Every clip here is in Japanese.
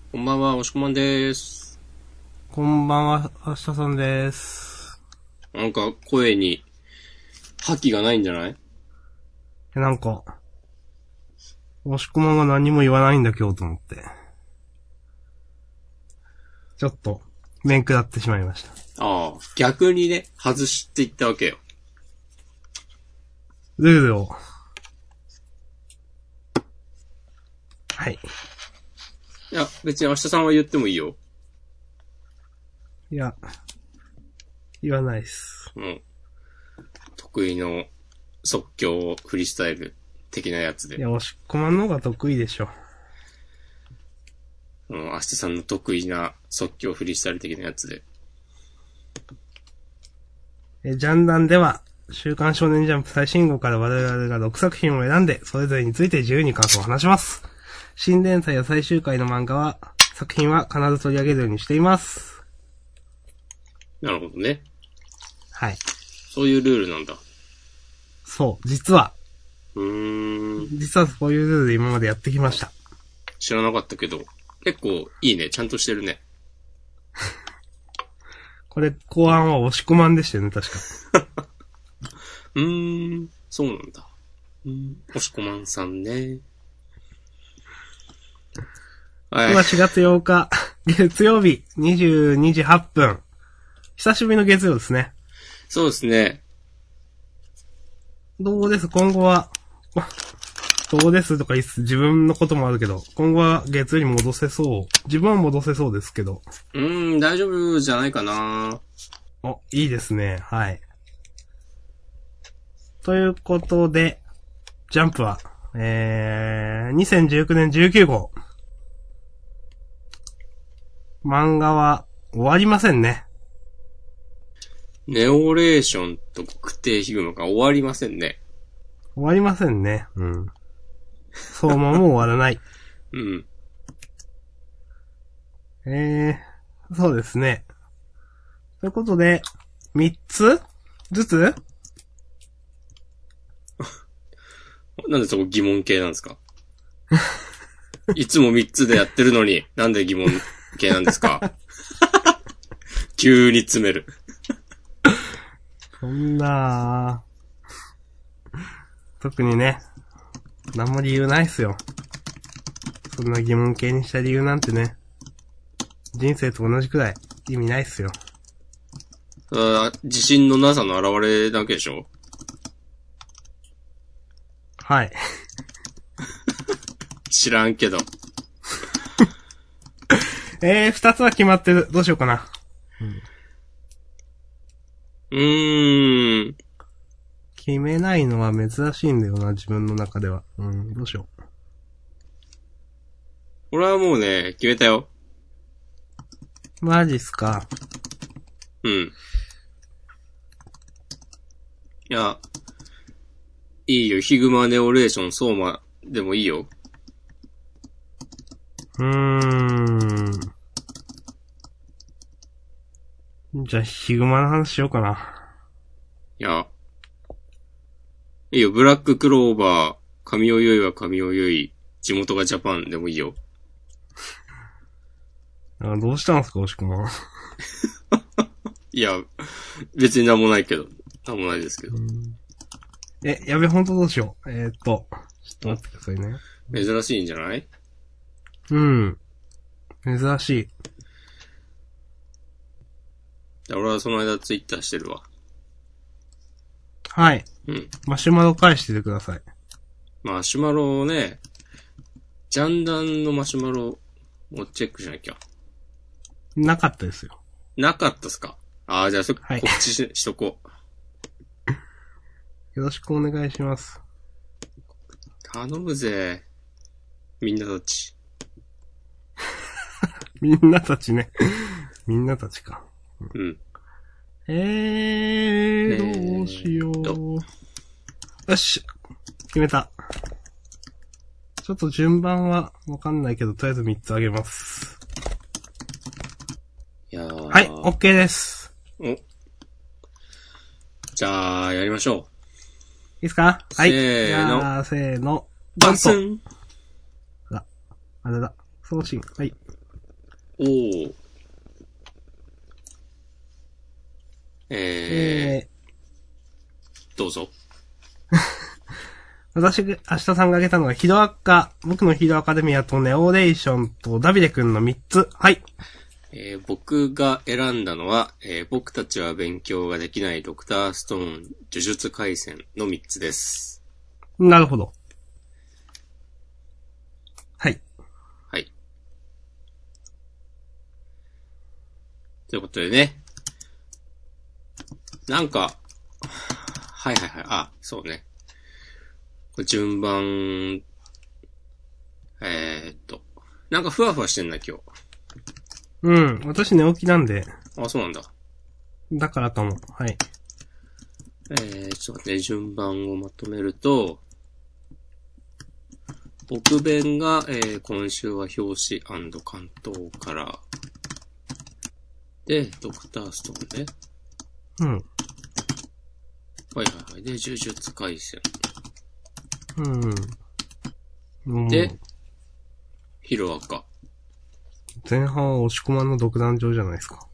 こんばんは、おしこまんです。 こんばんは、明日さんです。 なんか、声に、覇気がないんじゃない？ なんか、押し込まんが何も言わないんだ今日と思って。ちょっと、面食らってしまいました。 ああ、逆にね、外していったわけよ。 ルールを。はい。 いや、別に明日さんは言ってもいいよ。 いや、言わないっす。 うん。得意の即興フリースタイル的なやつで。 いや、押し込まんの方が得意でしょ。 うん、明日さんの得意な即興フリースタイル的なやつで。 ジャンダンでは、週刊少年ジャンプ最新号から我々が6作品を選んで、それぞれについて自由に感想を話します。新連載や最終回の漫画は、作品は必ず取り上げるようにしています。 なるほどね。 はい。 そういうルールなんだ。 そう、実はそういうルールで今までやってきました。 知らなかったけど、結構いいね、ちゃんとしてるね。 これ、後半は押し込まんでしたよね、確か。 そうなんだ。おしこまんさんね。 今日は4月8日、月曜日、22時8分。久しぶりの月曜ですね。 そうですね。 どうです今後は、どうですとか言いつつ自分のこともあるけど、今後は月曜に戻せそう。自分は戻せそうですけど。 大丈夫じゃないかな。 お、いいですね。はい。ということで、ジャンプは、2019年19号。漫画は終わりませんね。 ネオレーションと国定ヒグマが終わりませんね。 終わりませんね。うん。相馬も終わらない。 うん。 そうですね。ということで、3つずつなんでそこ疑問系なんですか？いつも3つでやってるのに、なんで疑問系なんですか？急に詰める。 そんな特にね、何も理由ないっすよ。そんな疑問系にした理由なんてね、人生と同じくらい意味ないっすよ。 自信のなさの表れだけでしょ？ はい。 知らんけど。 2つは決まってる。どうしようかな。決めないのは珍しいんだよな、自分の中では。どうしよう。 俺はもうね、決めたよ。 マジっすか。 うん。いや、いいよ。ヒグマネオレーションソーマでもいいよ。 じゃあ、ヒグマの話しようかな。 いや、いいよ。ブラッククローバー、神尾結衣は神尾結衣、地元がジャパンでもいいよ。 どうしたんすか、おしくま。 いや、別になんもないけど。なんもないですけど。 やべ、ほんとどうしよう。ちょっと待ってくださいね。 珍しいんじゃない？ 珍しい。 俺はその間ツイッターしてるわ。 はい。マシュマロ返しててください。 マシュマロをね、ジャンダンのマシュマロをチェックしなきゃ。 なかったですよ。 なかったっすか？ああ、じゃあはい、 こっちしとこう。 よろしくお願いします。 頼むぜ。みんなたち。 みんなたちね。みんなたちか。 うん。 どうしよう。よし。決めた。ちょっと順番はわかんないけど、とりあえず3つあげます。はい、OK です。 じゃあ、やりましょう。いいですか？はい。 せーの。 じゃあ、せーの。 バスン。 あれだ。送信。はい。 おー。どうぞ。 私、明日さんが挙げたのがヒロアカ、僕のヒーローアカデミアとネオレーションとダビデ君の3つ。はい。 僕が選んだのは、僕たちは勉強ができないドクターストーン、呪術廻戦の3つです。 なるほど。はい。 はい。ということでね。なんか、はいはいはい。あ、そうね。順番、なんかふわふわしてんな、今日。 うん。私寝起きなんで。 あ、そうなんだ。 だからかも。はい。 ちょっと待って、順番をまとめると、僕弁が、今週は表紙&関東カラー。で、ドクターストーンね。 うん。 はいはいはい。で、呪術廻戦。 うん。 で、ヒロアカ。 前半は押し込まんの独壇場じゃないですか。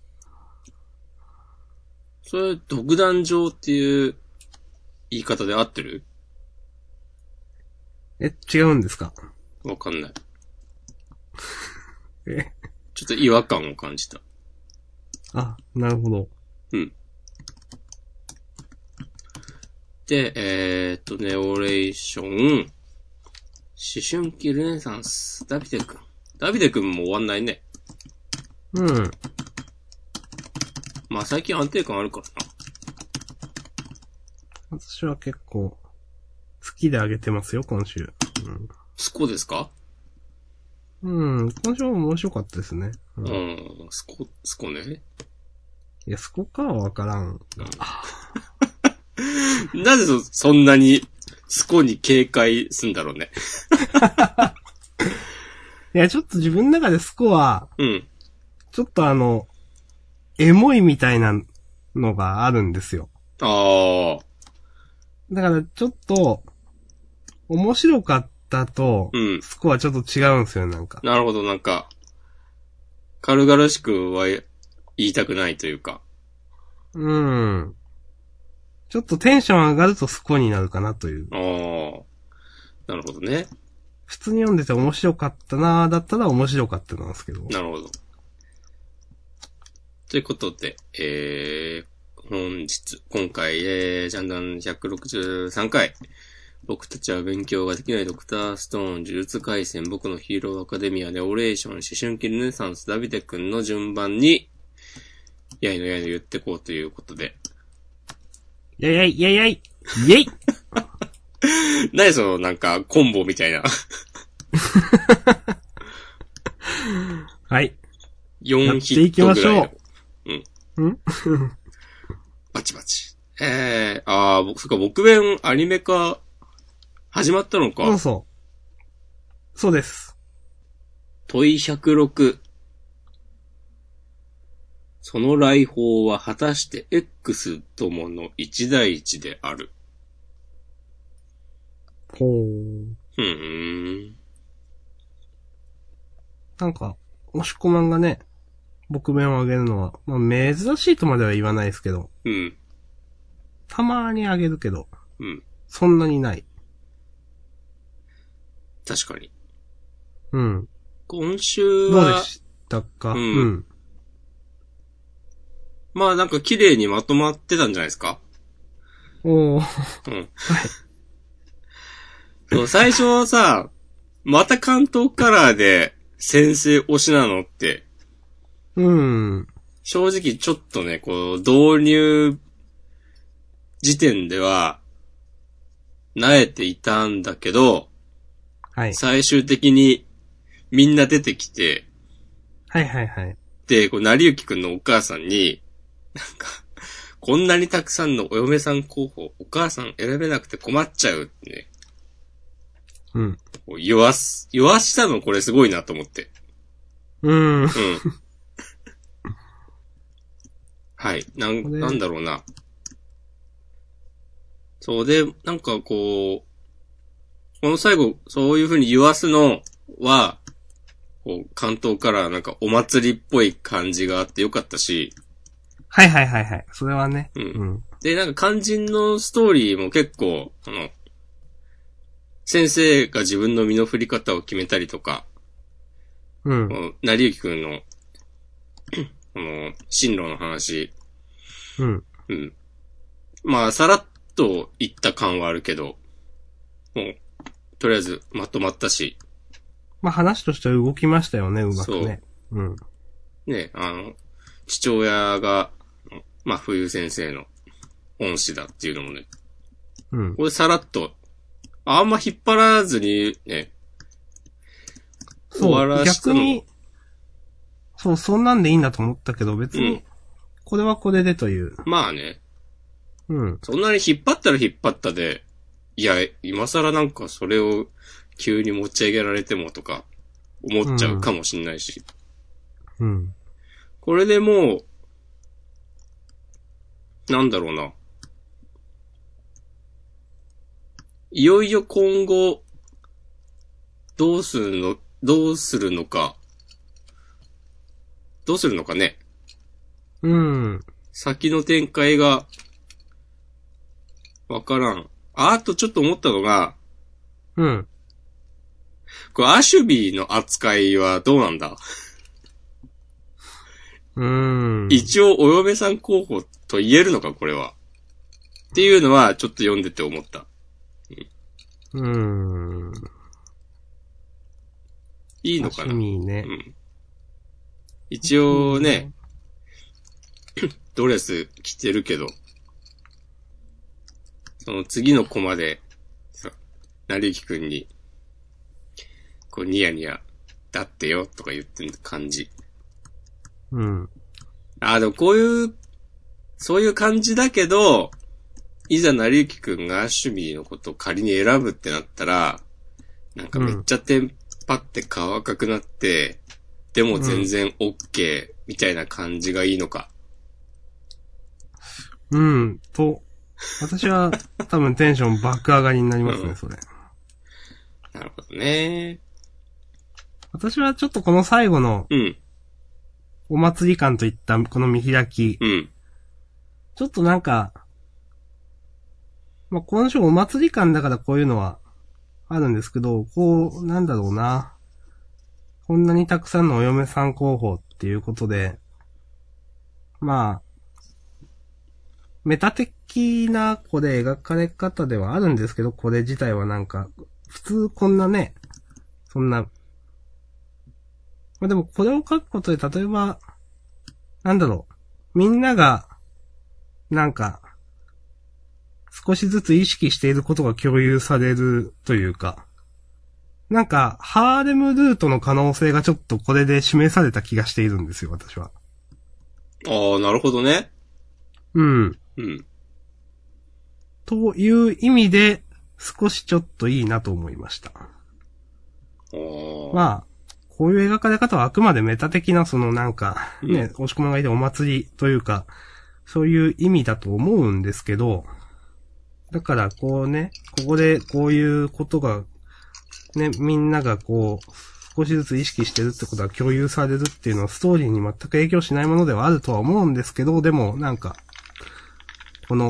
それ、独壇場っていう言い方で合ってる？ 違うんですか？ わかんない。ちょっと違和感を感じた。 あ、なるほど。 うん。で、ネオレーション、思春期ルネサンス、ダビデ君。ダビデ君も終わんないね。 うん。 まあ最近安定感あるからな。 私は結構、好きであげてますよ、今週。うん。 スコですか？ うん、今週は面白かったですね。 うん、スコね。 いや、スコかはわからん。 なぜそんなにスコに警戒すんだろうね。 いや、ちょっと自分の中でスコは、 うん。 ちょっとエモいみたいなのがあるんですよ。 ああ。 だからちょっと、面白かったと、 うん。 スコはちょっと違うんですよ、なんか。 なるほど、なんか、軽々しくは言いたくないというか。 ちょっとテンション上がるとスコになるかなという。 ああ。なるほどね。 普通に読んでて面白かったなーだったら面白かったなんですけど。 なるほど。ということで、今回、ジャンダン163回。僕たちは勉強ができないドクターストーン、呪術廻戦、僕のヒーローアカデミア、ネオレーション、思春期ルネサンス、ダビデ君の順番に、やいの言ってこうということで。 やいやいやいやいイェイ何そのなんかコンボみたいな。 はい。 4ヒットぐらいの。 うん。 バチバチ。僕弁アニメ化始まったのか。 そうそう。そうです。 問い106。その来訪は果たして X ともの一大一である。 ほー。なんか、押し込まんがね、僕弁をあげるのは、まあ珍しいとまでは言わないですけど。 うん。 たまにあげるけど。 うん。 そんなにない。 確かに。 うん。 今週は。 どうでしたか？ うん。まあなんか綺麗にまとまってたんじゃないですか？ おー。 うん。そう、最初はさ、また関東カラーで先生推しなのって。正直ちょっとね、導入時点では、慣れていたんだけど、 はい。 最終的にみんな出てきて、 はいはいはい。 で、成幸くんのお母さんに、なんか、こんなにたくさんのお嫁さん候補、お母さん選べなくて困っちゃうってね。 うん。 言わしたのこれすごいなと思って。はい。なんだろうな。そうで、なんかこの最後、そういう風に言わすのは、 こう、関東からなんかお祭りっぽい感じがあってよかったし。 はいはいはいはい。それはね。 うん。で、なんか肝心のストーリーも結構、先生が自分の身の振り方を決めたりとか、 うん。 成幸くんの、進路の話。 うん。 うん。まあ、さらっと言った感はあるけど、もう、とりあえずまとまったし。 まあ話としては動きましたよね、うまくね。うん。 ね、父親が、まあ、冬先生の恩師だっていうのもね。 うん。 これさらっと、あんま引っ張らずにね、終わらしたの。 逆に、そう、そんなんでいいんだと思ったけど、別に、これはこれでという。 まあね。 うん。 そんなに引っ張ったら引っ張ったで、いや、今更なんかそれを急に持ち上げられてもとか、思っちゃうかもしんないし。 うん。 これでもう、なんだろうな。いよいよ今後、どうするのか。どうするのかね。 うん。 先の展開が、わからん。あとちょっと思ったのが、 うん。 これアシュビーの扱いはどうなんだ？一応お嫁さん候補と言えるのか、これは。っていうのはちょっと読んでて思った。いいのかな？ ね。 うん。一応ね、ドレス着てるけど、その次のコマで、成幸くんに、こうニヤニヤ、だってよ、とか言ってる感じ。 うん。 でもこういう、そういう感じだけど、いざ成幸くんがアッシュビーのことを仮に選ぶってなったら、なんかめっちゃテンパって顔赤くなって、でも全然 OK みたいな感じがいいのか。 私は多分テンション爆上がりになりますね、それ。 なるほどね。 私はちょっとこの最後の、お祭り感といったこの見開き、ちょっとなんか、まあ、今週お祭り感だからこういうのはあるんですけど、こう、なんだろうな。こんなにたくさんのお嫁さん候補っていうことで、まあ、メタ的なこれ描かれ方ではあるんですけど、これ自体はなんか、普通こんなね、そんな、まあでもこれを書くことで例えば、なんだろう、みんなが、なんか、少しずつ意識していることが共有されるというか、なんか、ハーレムルートの可能性がちょっとこれで示された気がしているんですよ、私は。 なるほどね。 という意味で、少しちょっといいなと思いました。まあ、こういう描かれ方はあくまでメタ的なそのなんか、ね、押し込まがいてお祭りというか、そういう意味だと思うんですけど、だからこうね、ここでこういうことが、ね、みんながこう、少しずつ意識してるってことが共有されるっていうのはストーリーに全く影響しないものではあるとは思うんですけど、でもなんか、この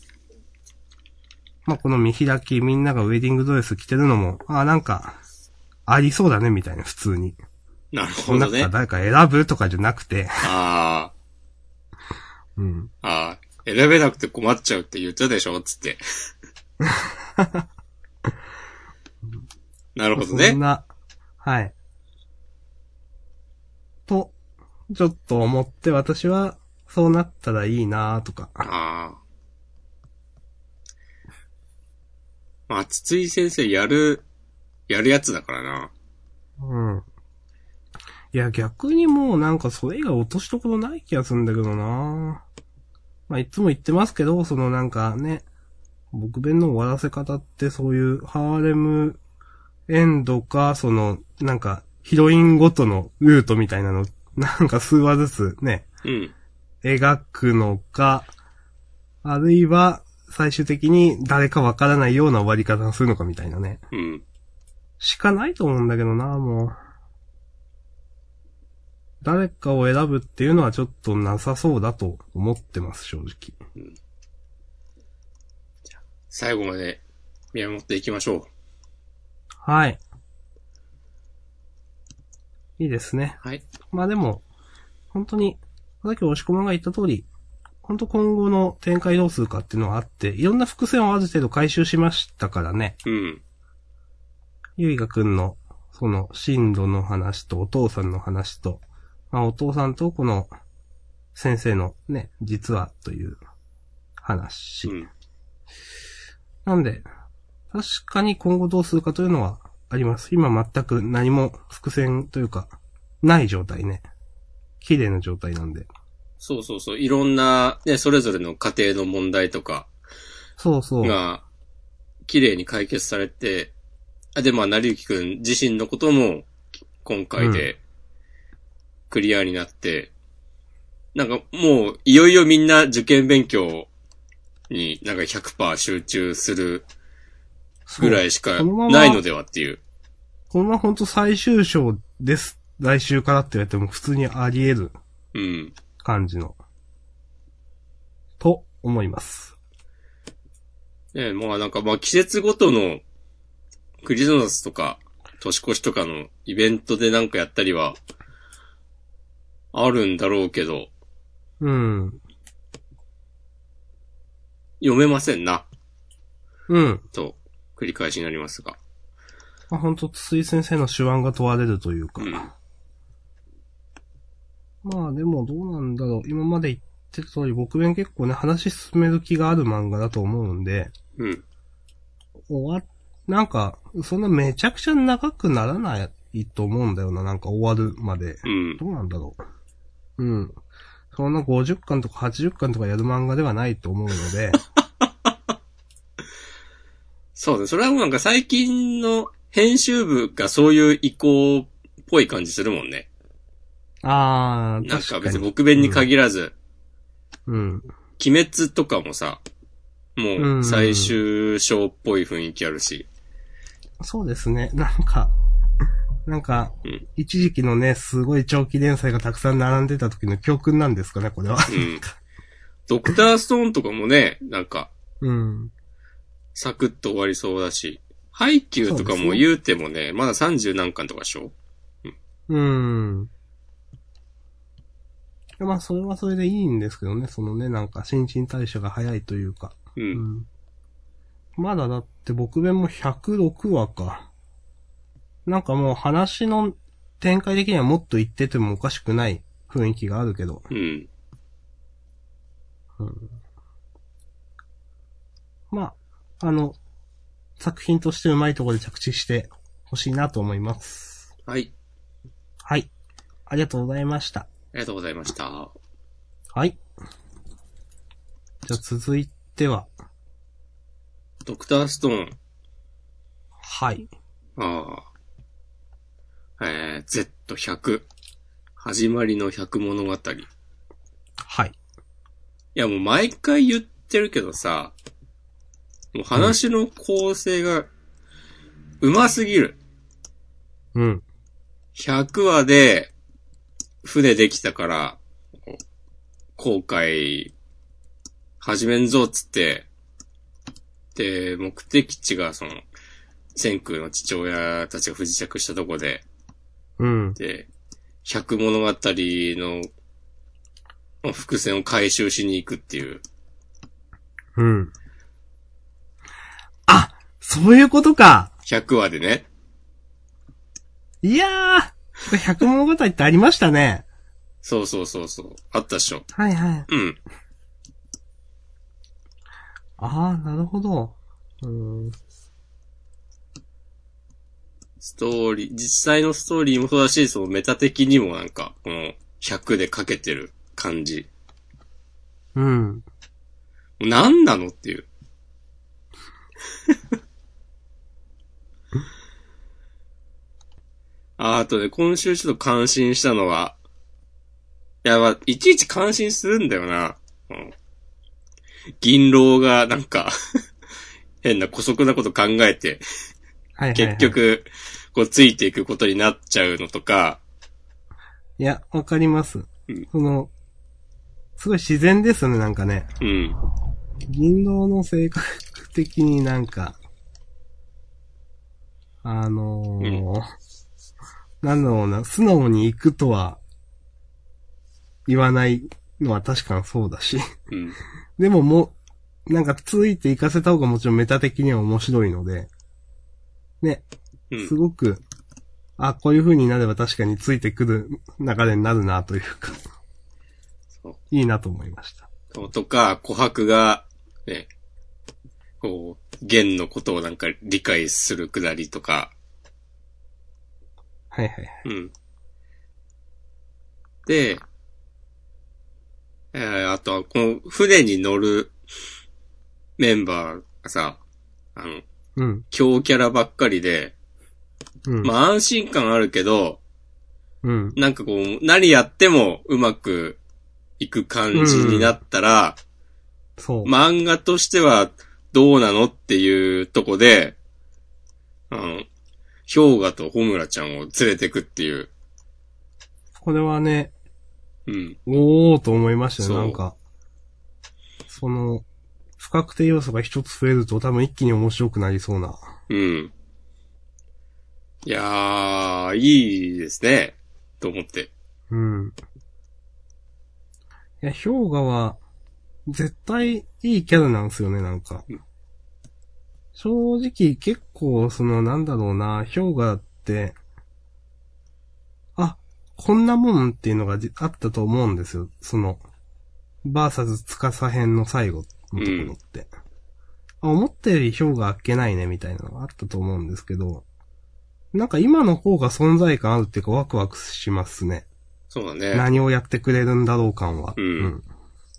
見開き、みんながウェディングドレス着てるのも、なんか、ありそうだね、みたいな、普通に。 なるほどね。 この中から誰か選ぶとかじゃなくて。 選べなくて困っちゃうって言ったでしょつって。なるほどね。 そんな、はい。と、ちょっと思って私は、そうなったらいいなとか。 まあ、筒井先生やるやつだからな。 いや、逆にもうなんかそれ以外落としどころない気がするんだけどな。まあ、いつも言ってますけど、そのなんかね、僕弁の終わらせ方ってそういうハーレムエンドか、その、なんか、ヒロインごとのルートみたいなの、なんか数話ずつね、描くのか、あるいは、最終的に誰かわからないような終わり方をするのかみたいなね。しかないと思うんだけどな、も誰かを選ぶっていうのはちょっとなさそうだと思ってます、正直。 最後まで見守っていきましょう。 はい。いいですね。 はい。 まあでも、本当に、さっき押し込まが言った通り、本当今後の展開どうするかっていうのがあって、いろんな伏線をある程度回収しましたからね。 うん。 ゆいがくんの、その、進路の話とお父さんの話と、まあお父さんとこの、先生のね、実はという話。 うん。 なんで、確かに今後どうするかというのはあります。今全く何も伏線というか、ない状態ね。綺麗な状態なんで。 そうそうそう。いろんな、ね、それぞれの家庭の問題とかそうそう。 が、綺麗に解決されて、で、まあ、成幸くん自身のことも、今回で、クリアになって、なんかもう、いよいよみんな受験勉強になんか 100% 集中するぐらいしかないのではっていう。 このままほんと最終章です。来週からって言われても普通にあり得る。 うん。 感じの。と思います。 ねえ、まあなんかまあ季節ごとのクリスマスとか年越しとかのイベントでなんかやったりはあるんだろうけど。 うん。 読めませんな。 うん。 と、繰り返しになりますが。 まあ、ほんと、筒井先生の手腕が問われるというか。 うん、 まあでもどうなんだろう。今まで言ってた通り、僕弁結構ね、話進める気がある漫画だと思うんで。 うん。 なんか、そんなめちゃくちゃ長くならないと思うんだよな。なんか終わるまで。 うん。 どうなんだろう。うん。そんな50巻とか80巻とかやる漫画ではないと思うので。 そうね。それはもうなんか最近の編集部がそういう意向っぽい感じするもんね。 あー、 なんか別に僕弁に限らず。 うん。 鬼滅とかもさ、もう最終章っぽい雰囲気あるし。 そうですね。なんか、一時期のね、すごい長期連載がたくさん並んでた時の教訓なんですかね、これは。 うん。ドクターストーンとかもね、なんか、 うん。 サクッと終わりそうだし、ハイキューとかも言うてもね、まだ30何巻とかでしょ？ まあ、それはそれでいいんですけどね、そのね、なんか、新陳代謝が早いというか。 うん。 まだだって僕弁も106話か。なんかもう話の展開的にはもっと言っててもおかしくない雰囲気があるけど。 うん。 まあ、作品としてうまいところで着地してほしいなと思います。 はい。 はい。ありがとうございました。 ありがとうございました。 はい。じゃあ続いては。 ドクターストーン。 はい。 Z100。始まりの100物語。 はい。 いやもう毎回言ってるけどさ、もう話の構成が上手すぎる。 うん。 100話で船できたから、航海始めんぞっつって、で、目的地がその、千空の父親たちが不時着したとこで、 うん。 で、百物語の伏線を回収しに行くっていう。 うん。あ、そういうことか。 100話でね。 いやー、100物語ってありましたね。 そうそうそうそう。あったっしょ。 はいはい。 うん。 あー、なるほど。 ストーリー、実際のストーリーもそうだし、そのメタ的にもなんか、この100でかけてる感じ。 うん。 何なのっていう。あとね、今週ちょっと感心したのは、いや、まあ、いちいち感心するんだよな。銀狼がなんか、変な姑息なこと考えて、 はいはいはい、 結局、こうついていくことになっちゃうのとか、 いや、わかります。 うん。 すごい自然ですよね、なんかね。 うん。 銀狼の性格的になんか、 うん。 なんだろうな、素直に行くとは言わないのは確かにそうだし。 うん。 でもなんかついて行かせた方がもちろんメタ的には面白いので、ね、 うん。 すごく、あ、こういう風になれば確かについてくる流れになるなというか、 そう。 いいなと思いました。 そうとか、琥珀が、ね、こう、弦のことをなんか理解するくだりとか、 はいはいはい。 うん。で、あとは、この船に乗るメンバーがさ、 うん。 強キャラばっかりで、 うん。 まあ安心感あるけど、 うん。 なんかこう、何やってもうまくいく感じになったら、 そう。 漫画としてはどうなのっていうとこで、氷河と穂村ちゃんを連れてくっていう。 これはね、 うん。 おーと思いましたね。なんそか、不確定要素が一つ増えると多分一気に面白くなりそうな。 う。うん。いやー、いいですね。と思って。 うん。いや、氷河は、絶対いいキャラなんですよね、なんか。 うん。 正直結構、なんだろうな、氷河って、あ、こんなもんっていうのがあったと思うんですよ。バーサス司編の最後のところって。あ、思ったより氷河あっけないね、みたいなのがあったと思うんですけど、なんか今の方が存在感あるっていうかワクワクしますね。 そうだね。 何をやってくれるんだろう感は。 うん。 うん。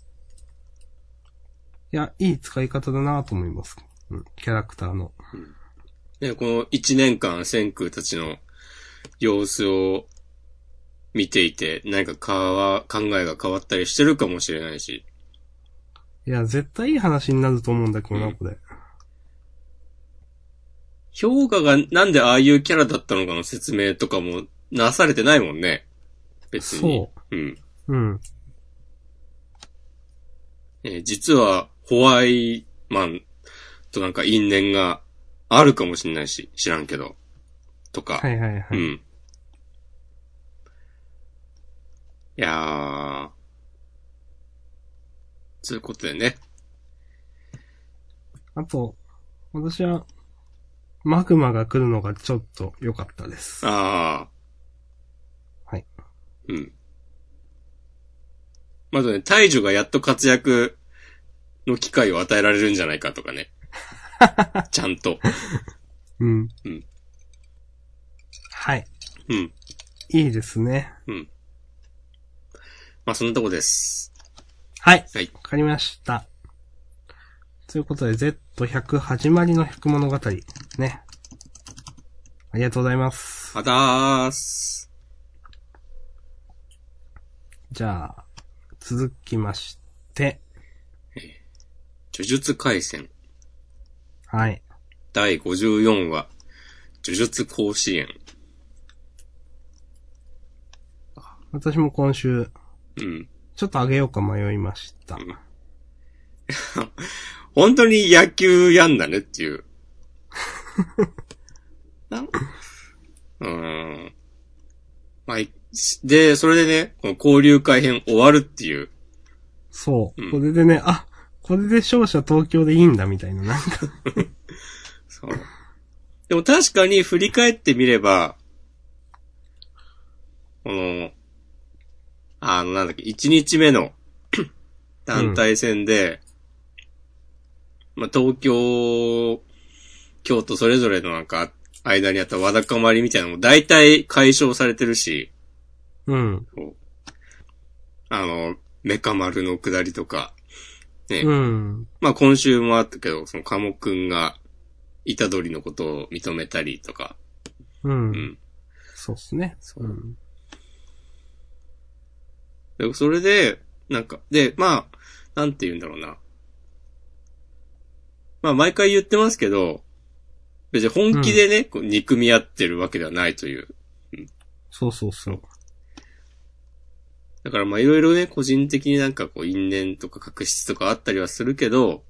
いや、いい使い方だなと思います。うん。キャラクターの。 うん。で、この一年間、千空たちの様子を見ていて、何か考えが変わったりしてるかもしれないし。 いや、絶対いい話になると思うんだけどな、 うん。 これ。 氷河がなんでああいうキャラだったのかの説明とかもなされてないもんね。別に。 そうん。 う。うん。 実は、ホワイマンとなんか因縁があるかもしれないし、知らんけど。とか。 はいはいはい。 うん。いやー、そういうことでね。 あと、私は、マグマが来るのがちょっと良かったです。 あはい。 ー、うん。まずね、大樹がやっと活躍の機会を与えられるんじゃないかとかね。ちゃんと。 うん。 うん。 はい。 うん。 いいですね。 うん。まあ、そんなとこです。 はい。 はい。 わかりました。ということで、Z100 始まりの100物語。ね。ありがとうございます。 またーす。 じゃあ、続きまして。 呪術廻戦。 はい。 第54話。呪術甲子園。 私も今週、 うん。 ちょっと上げようか迷いました。 うん、本当に野球やんだねっていう。まあ、で、それでね、この交流会編終わるっていう。 そう。 うん、 これでね、あ、これで勝者東京でいいんだみたいな、なんかそう。でも確かに振り返ってみれば、この、なんだっけ、1日目の団体戦で、まあ、東京、京都それぞれのなんか、間にあったわだかまりみたいなのも大体解消されてるし、 うん。 メカ丸の下りとか、ね。 うん。 まあ今週もあったけど、その鴨くんが、虎杖のことを認めたりとか。 うん。 うん。 そうっすね。 そう。でそれで、なんか、で、まあ、なんて言うんだろうな。まあ毎回言ってますけど、別に本気でね、こう憎み合ってるわけではないという。うん、 そうそうそう。 だからまあいろいろね、個人的になんかこう因縁とか確執とかあったりはするけど、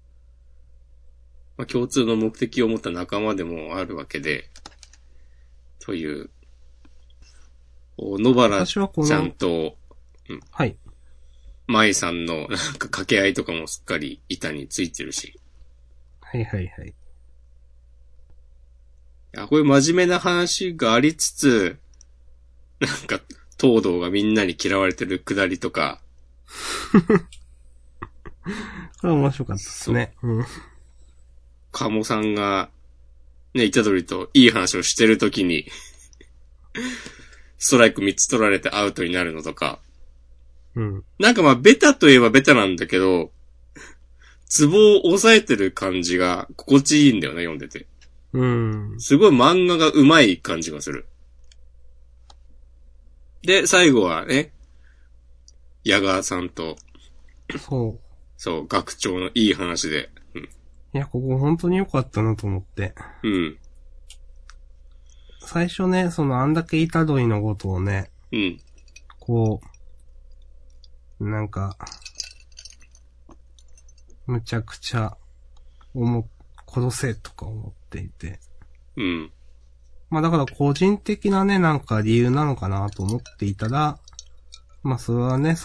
まあ共通の目的を持った仲間でもあるわけで、という、野原ちゃんと、 はい。 舞さんのなんか掛け合いとかもすっかり板についてるし。 はいはいはい。 いや、こういう真面目な話がありつつ、なんか、東堂がみんなに嫌われてるくだりとか。 これは面白かったですね。うん。 鴨さんが、ね、イタドリといい話をしてるときに、ストライク3つ取られてアウトになるのとか。 うん。 なんかまあ、ベタといえばベタなんだけど、ツボを抑えてる感じが心地いいんだよね、読んでて。 うん。 すごい漫画が上手い感じがする。で、最後はね、矢川さんと、そう、学長のいい話で。うん。 いや、ここ本当に良かったなと思って。 うん。 最初ね、あんだけイタドリのことをね、 うん。 こう、なんか、むちゃくちゃ、殺せとか思っていて。 うん。 まあだから個人的なね、なんか理由なのかなと思っていたら、まあそれはね、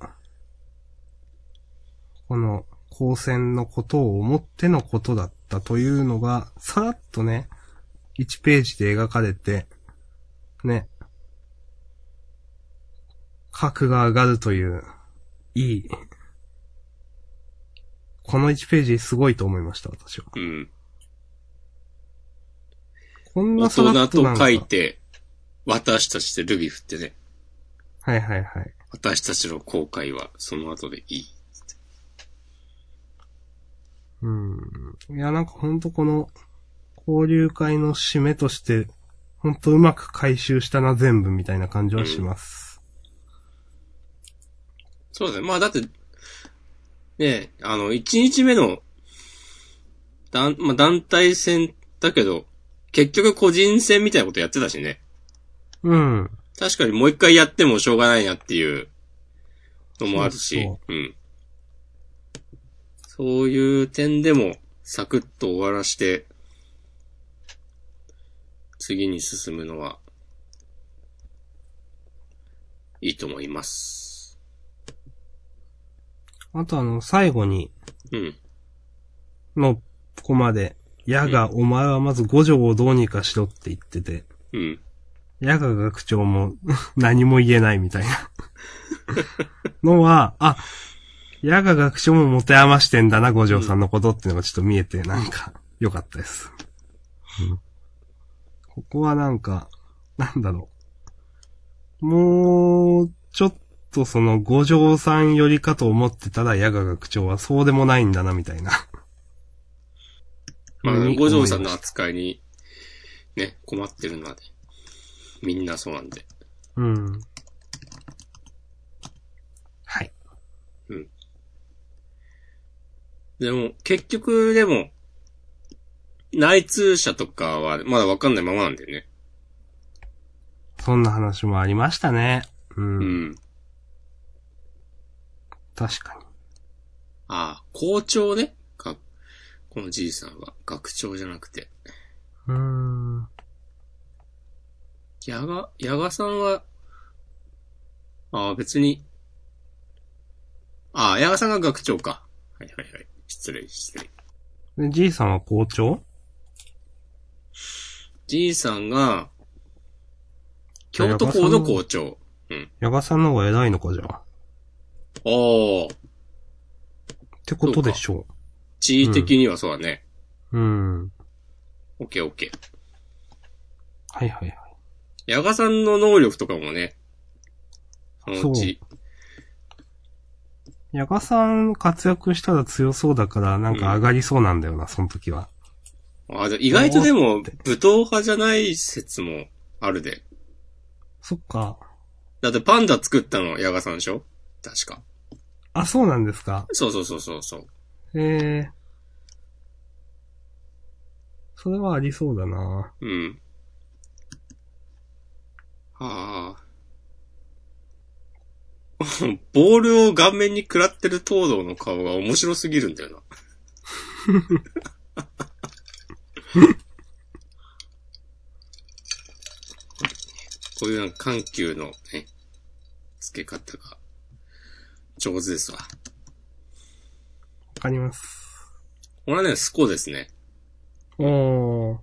この、光線のことを思ってのことだったというのが、さらっとね、1ページで描かれて、ね、格が上がるという、いい。この1ページすごいと思いました、私は。 うん。 こんな大さらっとなんか人と書いて、私たちでルビ振ってね。 はいはいはい。 私たちの後悔はその後でいい。 いや、なんかほんとこの、交流会の締めとして、ほんとうまく回収したな全部みたいな感じはします。 そうだね。まあだって、ね、1日目の、まあ団体戦だけど、結局個人戦みたいなことやってたしね。 うん。 確かにもう一回やってもしょうがないなっていうのもあるし、 そううん。そういう点でも、サクッと終わらして、次に進むのは、いいと思います。 あと最後に、 うん。 のコマで、ヤガ、お前はまず五条をどうにかしろって言ってて、 うん。 ヤガ学長も何も言えないみたいなのは、あ、ヤガ学長も持て余してんだな、五条さんのことっていうのがちょっと見えて、なんか、良かったです。うん、ここはなんか、なんだろう。もう、ちょっと五条さんよりかと思ってたら、ヤガ学長はそうでもないんだな、みたいな。 まあ、五条さんの扱いに、ね、困ってるのはね、みんなそうなんで。 うん。はい。 うん。でも、結局、でも、内通者とかはまだわかんないままなんだよね。 そんな話もありましたね。うん。 うん。 確かに。 ああ、校長ね。このじいさんは学長じゃなくて。矢賀さんは、ああ、別に、ああ、矢賀さんが学長か。はいはいはい。失礼。 で、じいさんは校長？ じいさんが、京都校の校長。うん。 矢賀さんの方が偉いのか、じゃあ。 ああ。 ってことでしょう。 地位的にはそうだね。 うん。 オッケー。 はいはいはい。 矢賀さんの能力とかもね、 そう。矢賀さん活躍したら強そうだから、なんか上がりそうなんだよな、その時は。 あ、意外とでも、武闘派じゃない説もあるで。 そっか。 だってパンダ作ったの矢賀さんでしょ確か。 あ、そうなんですか？ そう。 それはありそうだな。 うん。はあ。 ボールを顔面に食らってる東堂の顔が面白すぎるんだよな。こういうなんか緩急のね、付け方が上手ですわ。 わかります。 これはね、スコですね。 わ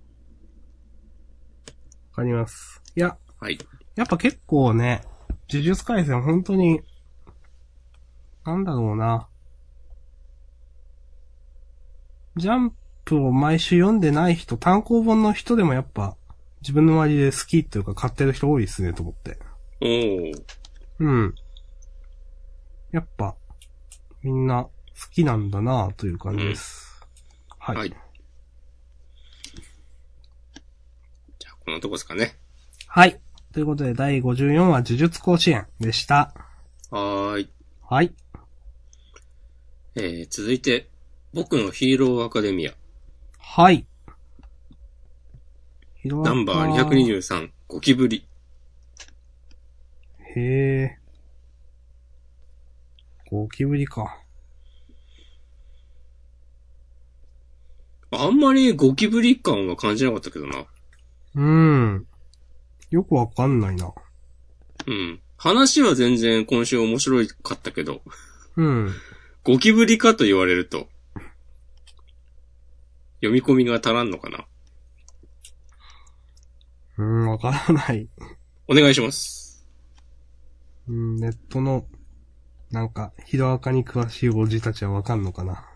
かります。いや、 はい。 やっぱ結構ね、呪術廻戦本当に、なんだろうな。ジャンプを毎週読んでない人、単行本の人でもやっぱ、自分の周りで好きというか買ってる人多いですね、と思って。 おー。 うん。やっぱ、みんな好きなんだなという感じです。はい。はい。 じゃあ、このとこですかね。 はい。ということで、第54話呪術甲子園でした。 はーい。 はい。 続いて、僕のヒーローアカデミア。 はい。 ナンバー223、ゴキブリ。 へえ。ゴキブリか。 あんまりゴキブリ感は感じなかったけどな。 よくわかんないな。 うん。話は全然今週面白かったけど。 うん。 ゴキブリかと言われると、読み込みが足らんのかな。 わからない。 お願いします。 ネットの、なんか、ヒロアカに詳しいおじたちはわかんのかな。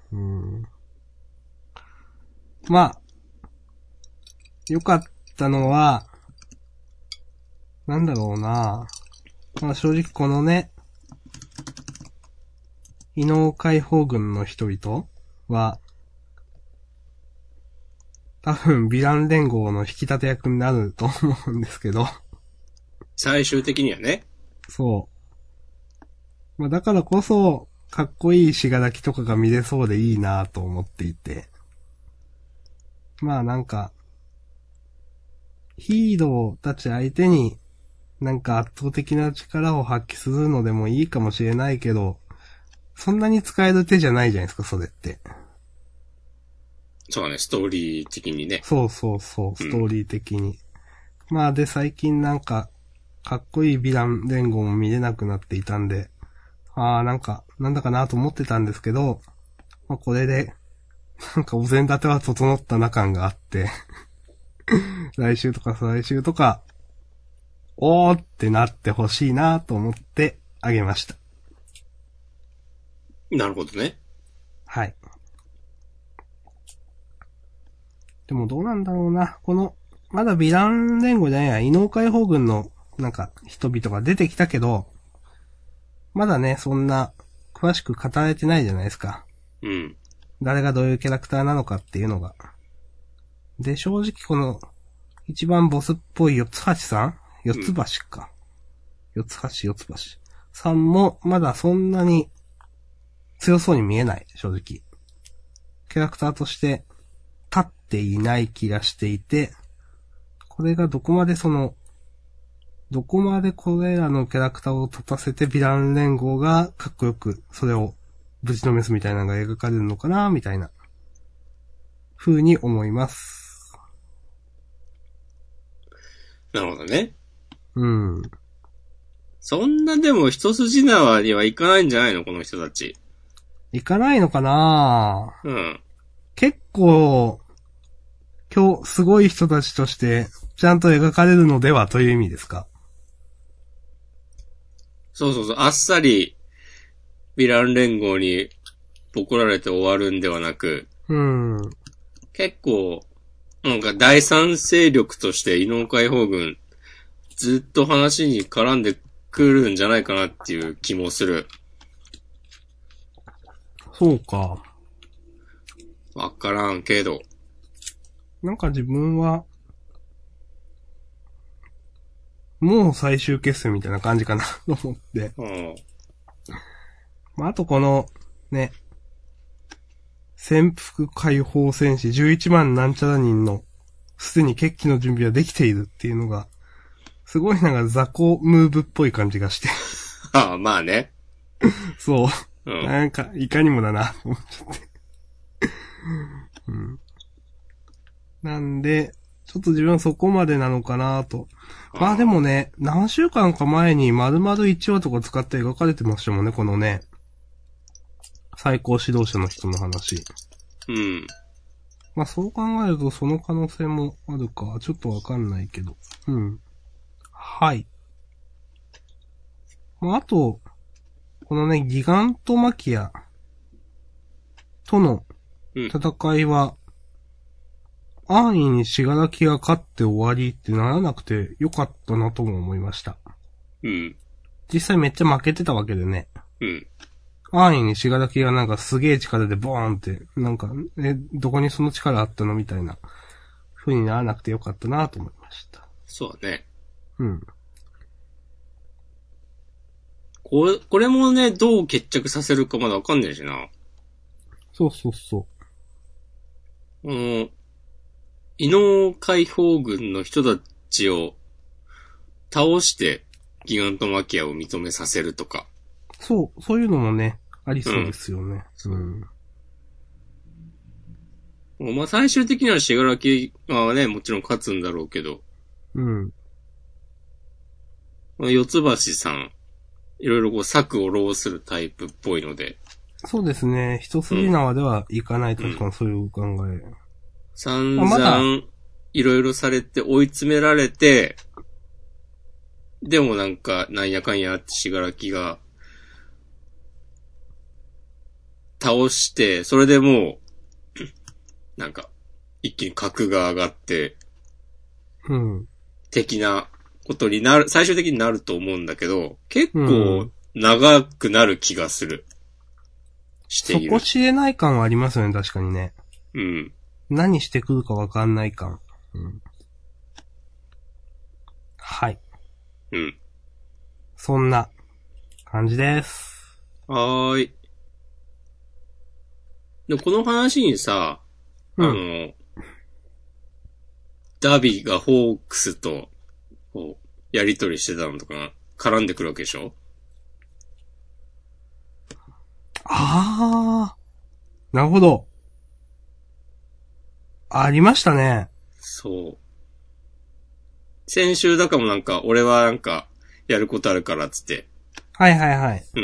まあ、よかったのは、なんだろうな。まあ正直このね、異能解放軍の人々は、多分ヴィラン連合の引き立て役になると思うんですけど。 最終的にはね。 そう。まあだからこそ、かっこいいしがらきとかが見れそうでいいなと思っていて。まあなんか、ヒーローたち相手に、なんか圧倒的な力を発揮するのでもいいかもしれないけど、そんなに使える手じゃないじゃないですか、それって。 そうだね、ストーリー的にね。 そうそうそう、ストーリー的に。まあで、最近なんか、かっこいいヴィラン連合も見れなくなっていたんで、なんか、なんだかなと思ってたんですけど、まあこれで、なんかお膳立ては整ったな感があって、来週とか再来週とか、おーってなってほしいなと思ってあげました。 なるほどね。 はい。でもどうなんだろうな。この、まだヴィラン連合じゃないや、異能解放軍の、なんか、人々が出てきたけど、まだね、そんな、詳しく語られてないじゃないですか。 うん。 誰がどういうキャラクターなのかっていうのが。で、正直この、一番ボスっぽい四つ橋さん四つ橋か。四つ橋さんも、まだそんなに、強そうに見えない、正直。キャラクターとして、立っていない気がしていて、これがどこまでどこまでこれらのキャラクターを立たせてヴィラン連合がかっこよく、それをぶちのめすみたいなのが描かれるのかな、みたいな、風に思います。 なるほどね。 うん。 そんなでも一筋縄にはいかないんじゃないのこの人たち。 いかないのかな。 うん。 結構、今日、すごい人たちとして、ちゃんと描かれるのではという意味ですか？ そうそうそう、あっさり、ヴィラン連合にボコられて終わるんではなく、結構、なんか第三勢力として異能解放軍、ずっと話に絡んでくるんじゃないかなっていう気もする。 そうか。 わからんけど。 なんか自分は、もう最終決戦みたいな感じかなと思って。まあ、あとこの、ね、潜伏解放戦士11万なんちゃら人の、すでに決起の準備はできているっていうのが、すごいなんか雑魚ムーブっぽい感じがして。 ああ、まあね。 そう。 うん。 なんか、いかにもだな、と思っちゃって。うん。なんで、ちょっと自分はそこまでなのかなと。まあでもね、何週間か前に丸々1話とか使って描かれてましたもんね、このね、最高指導者の人の話。 うん。 まあそう考えるとその可能性もあるか、ちょっとわかんないけど。うん。はい。まああと、このね、ギガントマキアとのうん。 戦いは、安易に死柄木が勝って終わりってならなくてよかったなとも思いました。 うん。 実際めっちゃ負けてたわけでね。 うん。 安易に死柄木がなんかすげえ力でボーンって、なんか、どこにその力あったのみたいな風にならなくてよかったなと思いました。 そうだね。 うん。 これもね、どう決着させるかまだわかんないしな。 そうそうそこの、異能解放軍の人たちを倒してギガントマキアを認めさせるとか。 う。そう、そういうのもね、ありそうですよね。うん。 まあ最終的には死柄木はね、もちろん勝つんだろうけど、 うん。 まあ、四つ橋さん、いろいろこう策を浪するタイプっぽいので。 そうですね。一筋縄ではいかないとか、そういう考え。 散まだ 々、いろいろされて追い詰められて、でもなんか、なんやかんやって死柄木が、倒して、それでもう、なんか、一気に格が上がって、 うん。 的なことになる、最終的になると思うんだけど、結う構ん。 長くなる気がする。している。 そこ知れない感はありますよね、確かにね。 うん。 何してくるかわかんない感。うん。はい。 うん。 そんな感じです。 はーい。で、この話にさ、 うん。 ダビがホークスと、こう、やりとりしてたのとか、絡んでくるわけでしょ？ あー。なるほど。ありましたね。 そう。先週だかもなんか、俺はなんか、やることあるからっつって。 はいはいはい。 うん。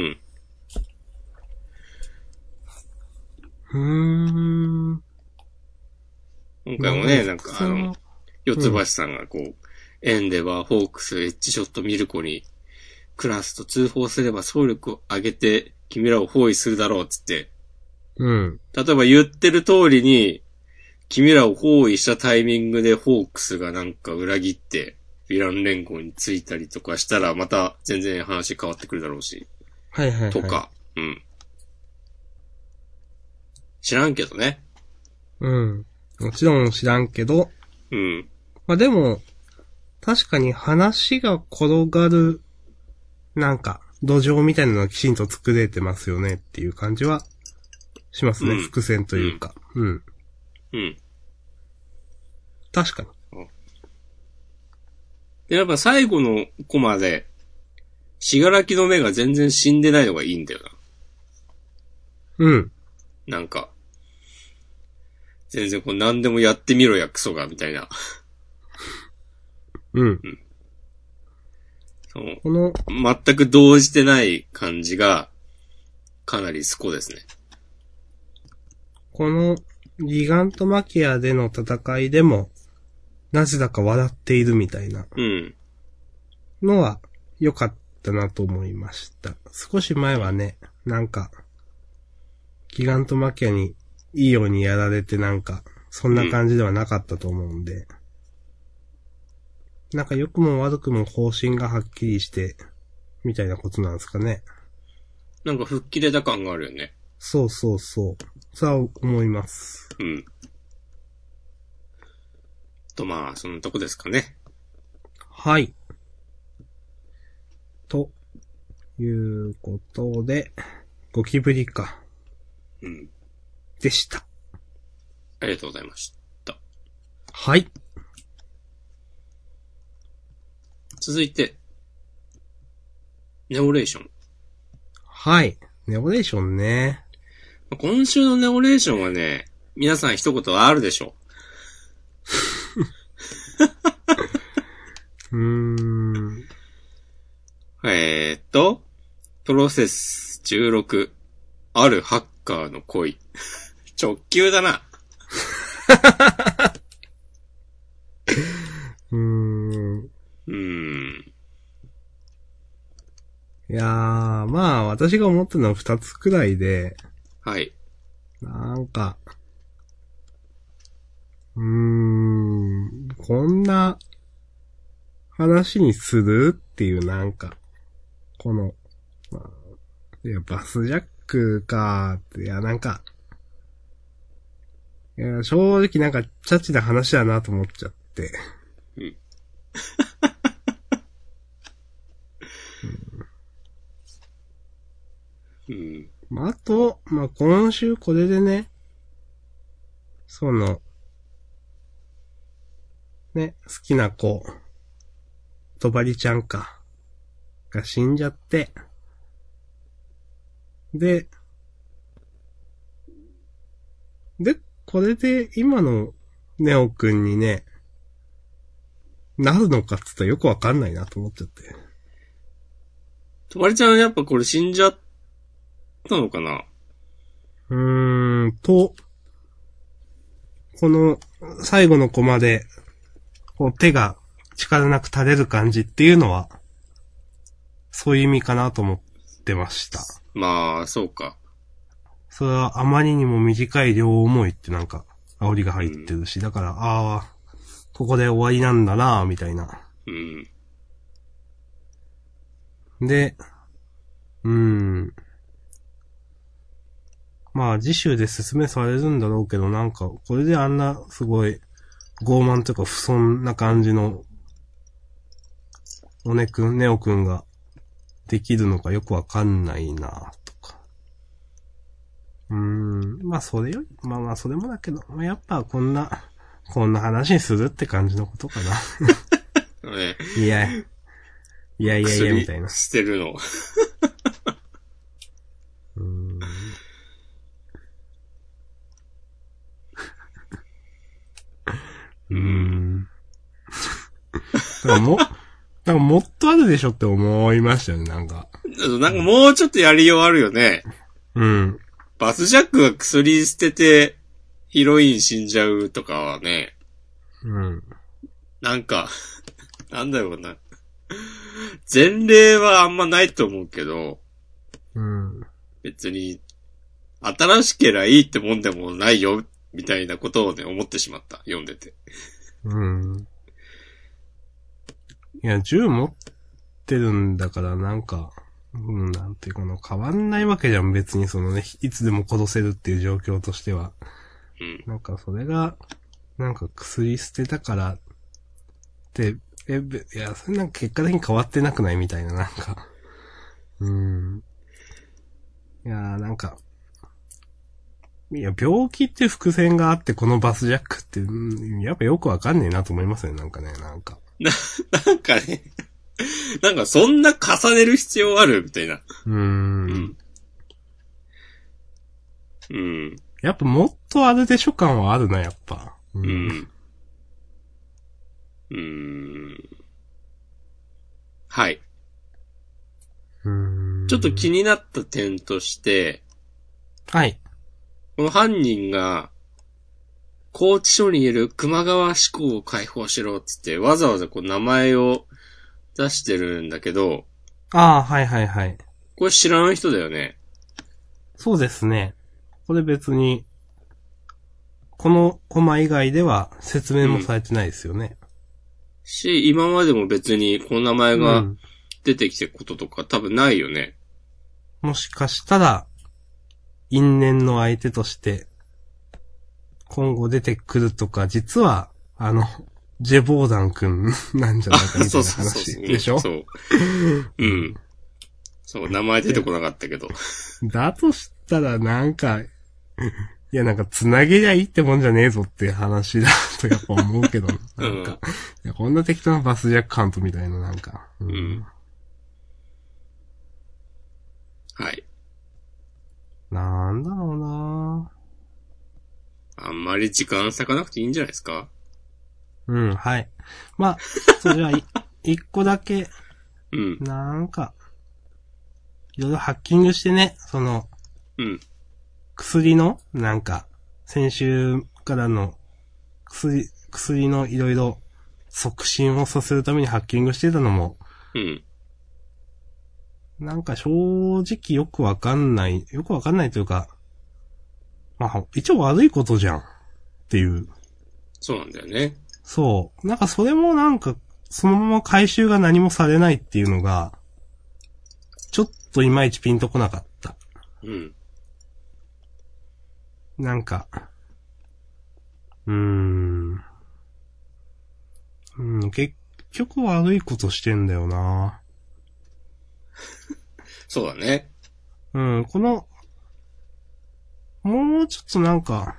うーん。 今回もね、なんかその、 四つ橋さんがこう、エンデバー、ホークス、エッジショット、ミルコに、クラスと通報すれば総力を上げて、君らを包囲するだろうっつって。 うん。 例えば言ってる通りに、君らを包囲したタイミングでホークスがなんか裏切って、ヴィラン連合についたりとかしたら、また全然話変わってくるだろうし。 はいはいはい。 とか。うん。知らんけどね。 うん。もちろん知らんけど。 うん。 まあでも、確かに話が転がる、なんか、土壌みたいなのはきちんと作れてますよねっていう感じはしますね。 うん伏線というか。うん。 うん。 確かに。 で、やっぱ最後のコマで、死柄木の目が全然死んでないのがいいんだようん。 な。なんか、全然こう何でもやってみろやクソが、みたいな。 うん。 そう。 この、 全く動じてない感じが、かなりスコですね。 この、ギガントマキアでの戦いでも、なぜだか笑っているみたいなうん。 のは良かったなと思いました。少し前はね、なんか、ギガントマキアにいいようにやられてなんか、そんな感じではなかったと思うんで、なんか良くも悪くも方針がはっきりして、みたいなことなんですかね。 なんか吹っ切れた感があるよね。 そうそうそう。そうは思います。 うん。まあ、そのとこですかね。 はい。ということで、ゴキブリか。 うん。 でした。 ありがとうございました。 はい。 続いて、ネオレーション。 はい。ネオレーションね。 今週のネオレーションはね、皆さん一言あるでしょプロセス16、あるハッカーの恋。直球だな。 いやー、まあ、私が思ったのは2つくらいで、 はい。 なんか、こんな話にするっていうなんか、この、まあ、いや、バスジャックかーって、いや、なんか、いや、正直なんか、チャチな話だなと思っちゃって。まあ、あと、まあ、今週これでね、ね、好きな子、とばりちゃんか、が死んじゃって、で、これで今のネオくんにね、なるのかって言ったらよくわかんないなと思っちゃって。 とばりちゃんやっぱこれ死んじゃったのかな？ この最後のコマで、こう手が力なく垂れる感じっていうのは、そういう意味かなと思ってました。 まあ、そうか。 それはあまりにも短い両思いってなんか、煽りが入ってるし、だから、ああ、ここで終わりなんだなぁ、みたいな。で、まあ、次週で説明されるんだろうけど、なんか、これであんな、すごい、傲慢というか不遜な感じの、ネオくんが、できるのかよくわかんないなとか。まあ、それより、まあ、それもだけど、まあ、やっぱこんな話にするって感じのことかな。 ね、 いや、みたいな。 捨てるの。 なんかもっとあるでしょって思いましたよね、なんか。 なんかもうちょっとやりようあるよね。バスジャックが薬捨てて、ヒロイン死んじゃうとかはね。なんか、なんだろうな。前例はあんまないと思うけど、別に、新しけりゃいいってもんでもないよ、みたいなことをね、思ってしまった。読んでて。 いや、銃持ってるんだからなんか、なんていうかな、変わんないわけじゃん、別にいつでも殺せるっていう状況としては。なんかそれが、なんか薬捨てたからって、いや、それなんか結果的に変わってなくないみたいな、なんか。いやーなんか、いや、病気って伏線があってこのバスジャックって、やっぱよくわかんねえなと思いますよね、なんかね、なんか。 なんかね、なんかそんな重ねる必要あるみたいな。 やっぱもっとあるでしょ感はあるな、やっぱ。 はい。ちょっと気になった点として、 はい。 この犯人が、拘置所にいる熊川志向を解放しろっつって、わざわざこう名前を出してるんだけど、 はい。 これ知らない人だよね。 そうですね。これ別に、このコマ以外では説明もされてないですよね。 今までも別にこの名前が出てきてることとか多分ないよね。 もしかしたら、因縁の相手として、今後出てくるとか、実は、ジェボーダン君なんじゃないかみたいな話でしょ？ そう。そう、名前出てこなかったけど。 だとしたらなんか、いやなんか繋げりゃいいってもんじゃねえぞって話だとやっぱ思うけど、なんか、いやこんな適当なバスジャックハントみたいななんか。 はい。 まり時間割かなくていいんじゃないですか？ うん、はい。まあ、それは一個だけ、 うん。 なんか、いろいろハッキングしてね、 うん。 薬の、なんか、先週からの薬のいろいろ促進をさせるためにハッキングしてたのも、 うん。 なんか正直よくわかんないというか、まあ、一応悪いことじゃんっていう。 そうなんだよね。 そう。なんかそれもなんか、そのまま回収が何もされないっていうのが、ちょっといまいちピンとこなかった。 うん。 なんか、結局悪いことしてんだよな。 そうだね。 この、もうちょっとなんか、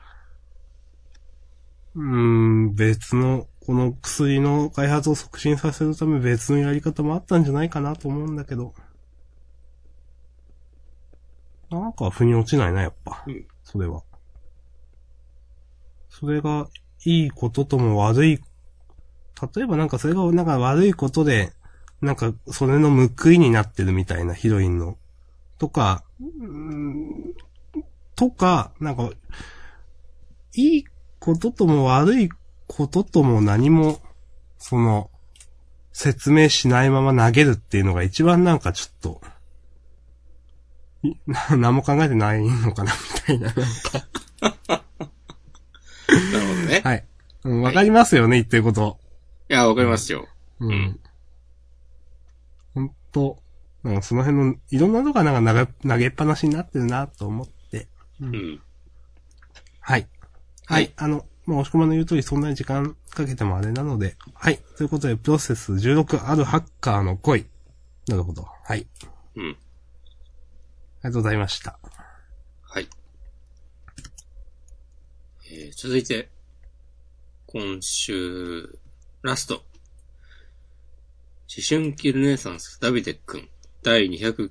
別の、この薬の開発を促進させるため別のやり方もあったんじゃないかなと思うんだけど。なんか腑に落ちないな、やっぱ。 うん。 それは。それが、いいこととも悪い、例えばなんかそれがなんか悪いことで、なんかそれの報いになってるみたいなヒロインの。とか、なんか、いいこととも悪いこととも何も、説明しないまま投げるっていうのが一番なんかちょっと、何も考えてないのかな、みたいな、なんか。 なるほどね。 はい。わかりますよね、言ってること。 いや、わかりますよ。 ほんと、なんかその辺の、いろんなとこがなんか投げっぱなしになってるなと思って。はい。はい。もう押し込まの言う通りそんなに時間かけてもあれなので。はい。ということで、プロセス16あるハッカーの恋。なるほど。はい。 うん。 ありがとうございました。 はい。続いて、今週、ラスト。思春期ルネサンスダビデ君第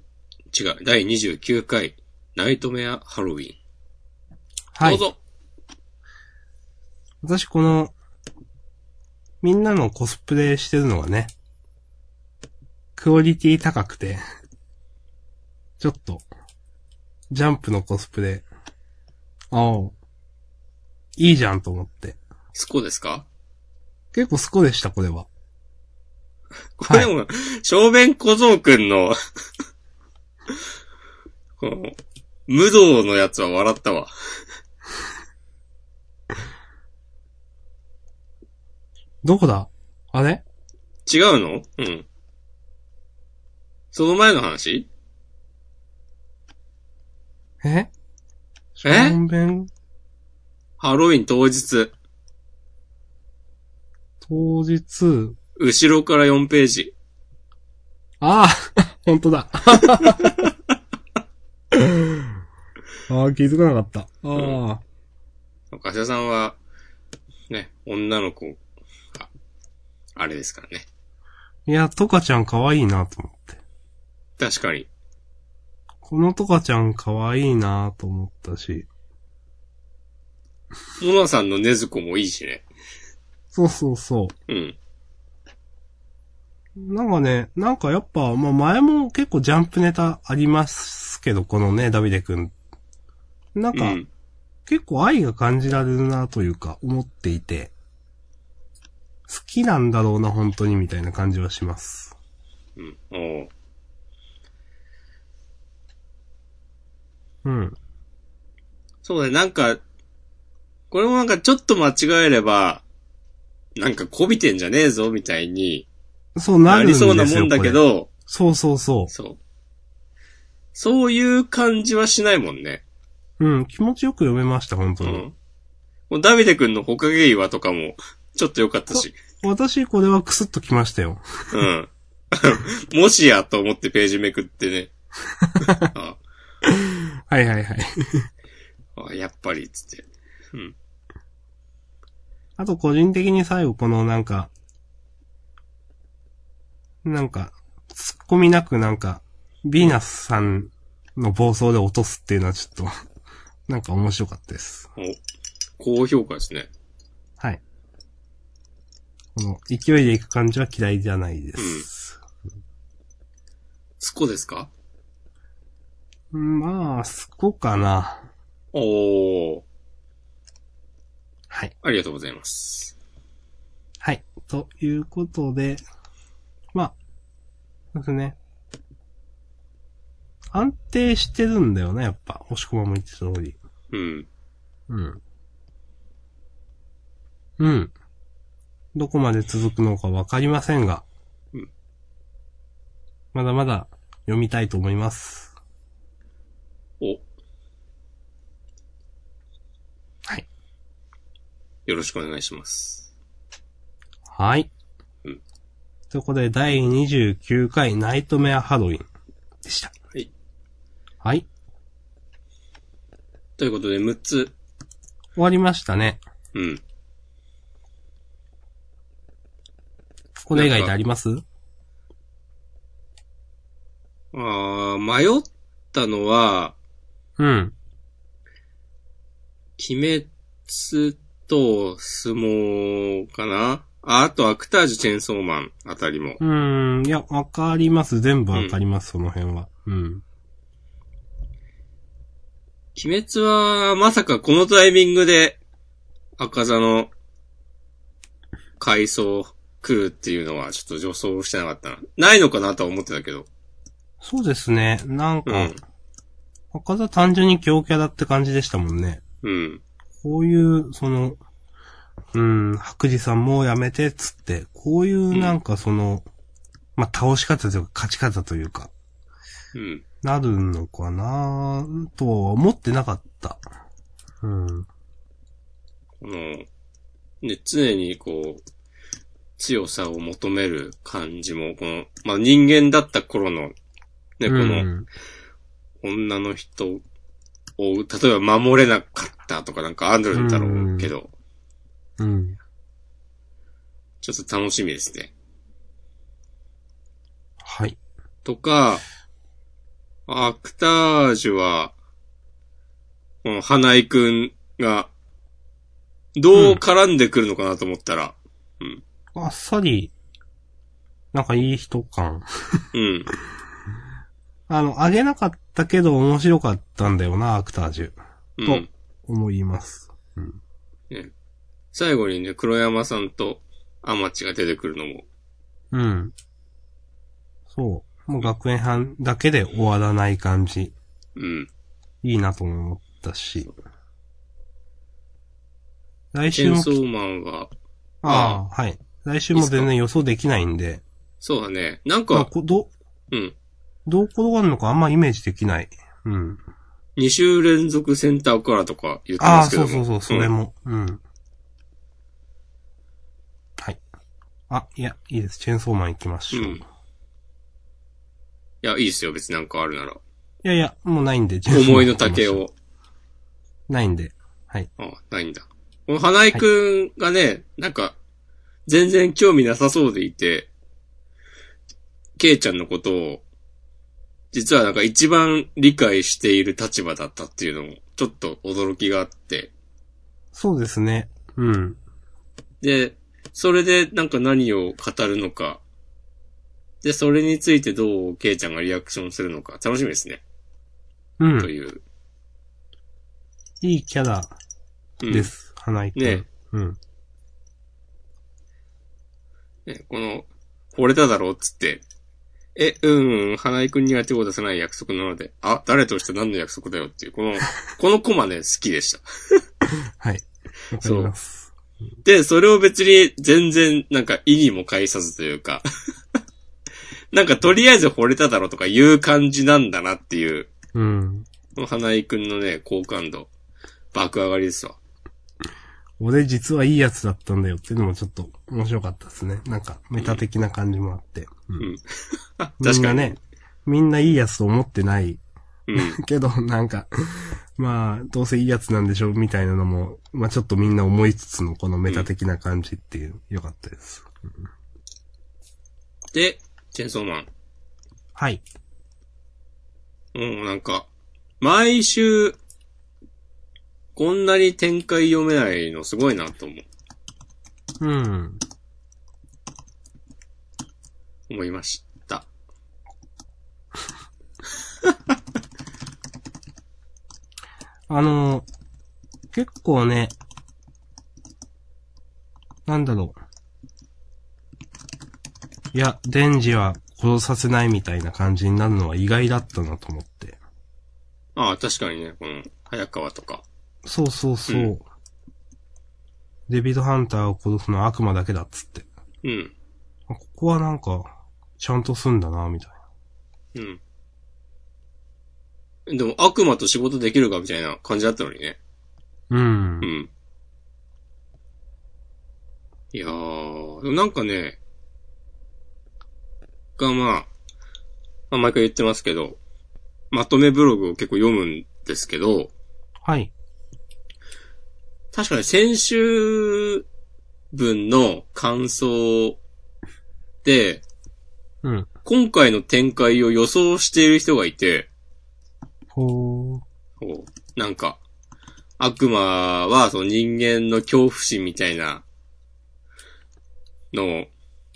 29回ナイトメアハロウィン。はい。どうぞ。 私この、みんなのコスプレしてるのがね、クオリティ高くて、ちょっと、ジャンプのコスプレ、いいじゃんと思って。 スコですか？ 結構スコでした、これは。 これも、はい、小便小僧くんのこの、無道のやつは笑ったわ。 どこだ？あれ？ 違うの？うん。その前の話？ 小便ハロウィン当日。後ろから4ページ。 ああ、本当だ。気づかなかった。 かしゃさんは、ね、女の子が、あれですからね。 いや、トカちゃん可愛いなと思って。 確かに。 このトカちゃん可愛いなと思ったし。 モナさんのネズコもいいしね。 そうそうそう。 うん。 なんかね、なんかやっぱ、まあ前も結構ジャンプネタありますけど、このね、ダビデくん。なんか、結構愛が感じられるなというか、思っていて、好きなんだろうな、本当に、みたいな感じはします。 そうね、なんか、これもなんかちょっと間違えれば、なんかこびてんじゃねえぞ、みたいに、 そうなるんですよ。 なりそうなもんだけど、 そうそうそう。 そういう感じはしないもんね。 気持ちよく読めました、本当に。 ダビデ君のほかげ岩とかも、ちょっと良かったし。 私、これはクスッときましたよ。 もしやと思ってページめくってね。 はいはいはい。 やっぱり、つって。 あと、個人的に最後、このなんか、突っ込みなくなんか、ビーナスさんの暴走で落とすっていうのはちょっと、なんか面白かったです。 高評価ですね。 はい。この勢いでいく感じは嫌いじゃないです。 スコですか？ まあ、スコかな。 おー。 はい。 ありがとうございます。 はい。ということで、まあ、そうですね。安定してるんだよね、やっぱ。押し込まも言ってた通り。 うん。 うん。うん。どこまで続くのかわかりませんが。 うん。 まだまだ読みたいと思います。 お。 はい。 よろしくお願いします。 はい。 うん。 ということで、第29回ナイトメアハロウィンでした。 はい。 はい。 ということで、6つ。 終わりましたね。 うん。 これ以外であります？ 迷ったのは、 うん。 鬼滅と相撲かなあとアクタージュチェンソーマンあたりも。 いや、わかります。全部わかります、その辺は。うん。 鬼滅は、まさかこのタイミングで、赤座の回想来るっていうのはちょっと予想してなかったな。ないのかなとは思ってたけど。 そうですね。なんか、 うん。 赤座単純に強キャラって感じでしたもんね。 うん。 こういう、白磁さんもうやめてっつって、こういうなんかまあ、倒し方というか勝ち方というか、 うん。 なるのかなとは思ってなかった。うん。 この、ね、常にこう、強さを求める感じも、この、まあ、人間だった頃の、ね、この、女の人を、例えば守れなかったとかなんかあるんだろうけど、 うん。 ちょっと楽しみですね。 はい。 とか、アクタージュは、この花井くんが、どう絡んでくるのかなと思ったら、うん。 あっさり、なんかいい人感。 うん。 あげなかったけど面白かったんだよな、アクタージュ。 うん。 と、思います。うん。 ね、最後にね、黒山さんとアマチが出てくるのも。 うん。そう。もう学園班だけで終わらない感じ。 うん。 いいなと思ったし。来チェン週も。 ソーマンは、 ああ、はい。来週も全然予想できないんで。 そうだね。なんか、 まあ、 うん。 どう転がるのかあんまイメージできない。うん。 2週連続センターカラーとか言ってああ、 ますけども。 そう、それも。うん。はい。あ、いや、いいです。チェーンソーマン行きましょう。いや、いいですよ。別になんかあるなら。 や、もうないんで、 思いの丈を。 ないんで。はい。 あ、ないんだ。この花井くんがね、なんか、全然興味なさそうでいて、ケイちゃんのことを、実はなんか一番理解している立場だったっていうのも、ちょっと驚きがあって。 そうですね。うん。 で、それでなんか何を語るのか。で、それについてどうケイちゃんがリアクションするのか、楽しみですね。 うん。 という。 いいキャラです。花井くん。 ね。 うん。 ね、この、惚れただろっつって、花井くんには手を出さない約束なので、あ、誰として何の約束だよっていう、このコマね、好きでした。 はい。わかります。 で、それを別に全然なんか意にも介さずというか、なんかとりあえず惚れただろとかいう感じなんだなっていう、 うん。 この花井くんのね、好感度、爆上がりですわ。 俺実はいいやつだったんだよっていうのもちょっと面白かったですね。なんかメタ的な感じもあって。 うん。 確かに。みんなね、みんないいやつと思ってない。 うん。 けど、なんか、まあ、どうせいいやつなんでしょうみたいなのも、まあちょっとみんな思いつつのこのメタ的な感じっていう、良かったです。 で、チェンソーマン。 はい。 なんか、毎週、 こんなに展開読めないのすごいなと思いました。 結構ね、なんだろう。いや、デンジは殺させないみたいな感じになるのは意外だったなと思って。 ああ、確かにね、この、早川とか。 そうそうそう。うん、デビッド・ハンターを殺すのは悪魔だけだっつって。 うん。 ここはなんか、ちゃんとすんだな、みたいな。うん。でも悪魔と仕事できるかみたいな感じだったのにね。 うん。 うん。いやー、でもなんかね、まあ、毎回言ってますけど、まとめブログを結構読むんですけど、 はい。 確かに先週分の感想で、 うん。 今回の展開を予想している人がいて、なんか、悪魔はその人間の恐怖心みたいなの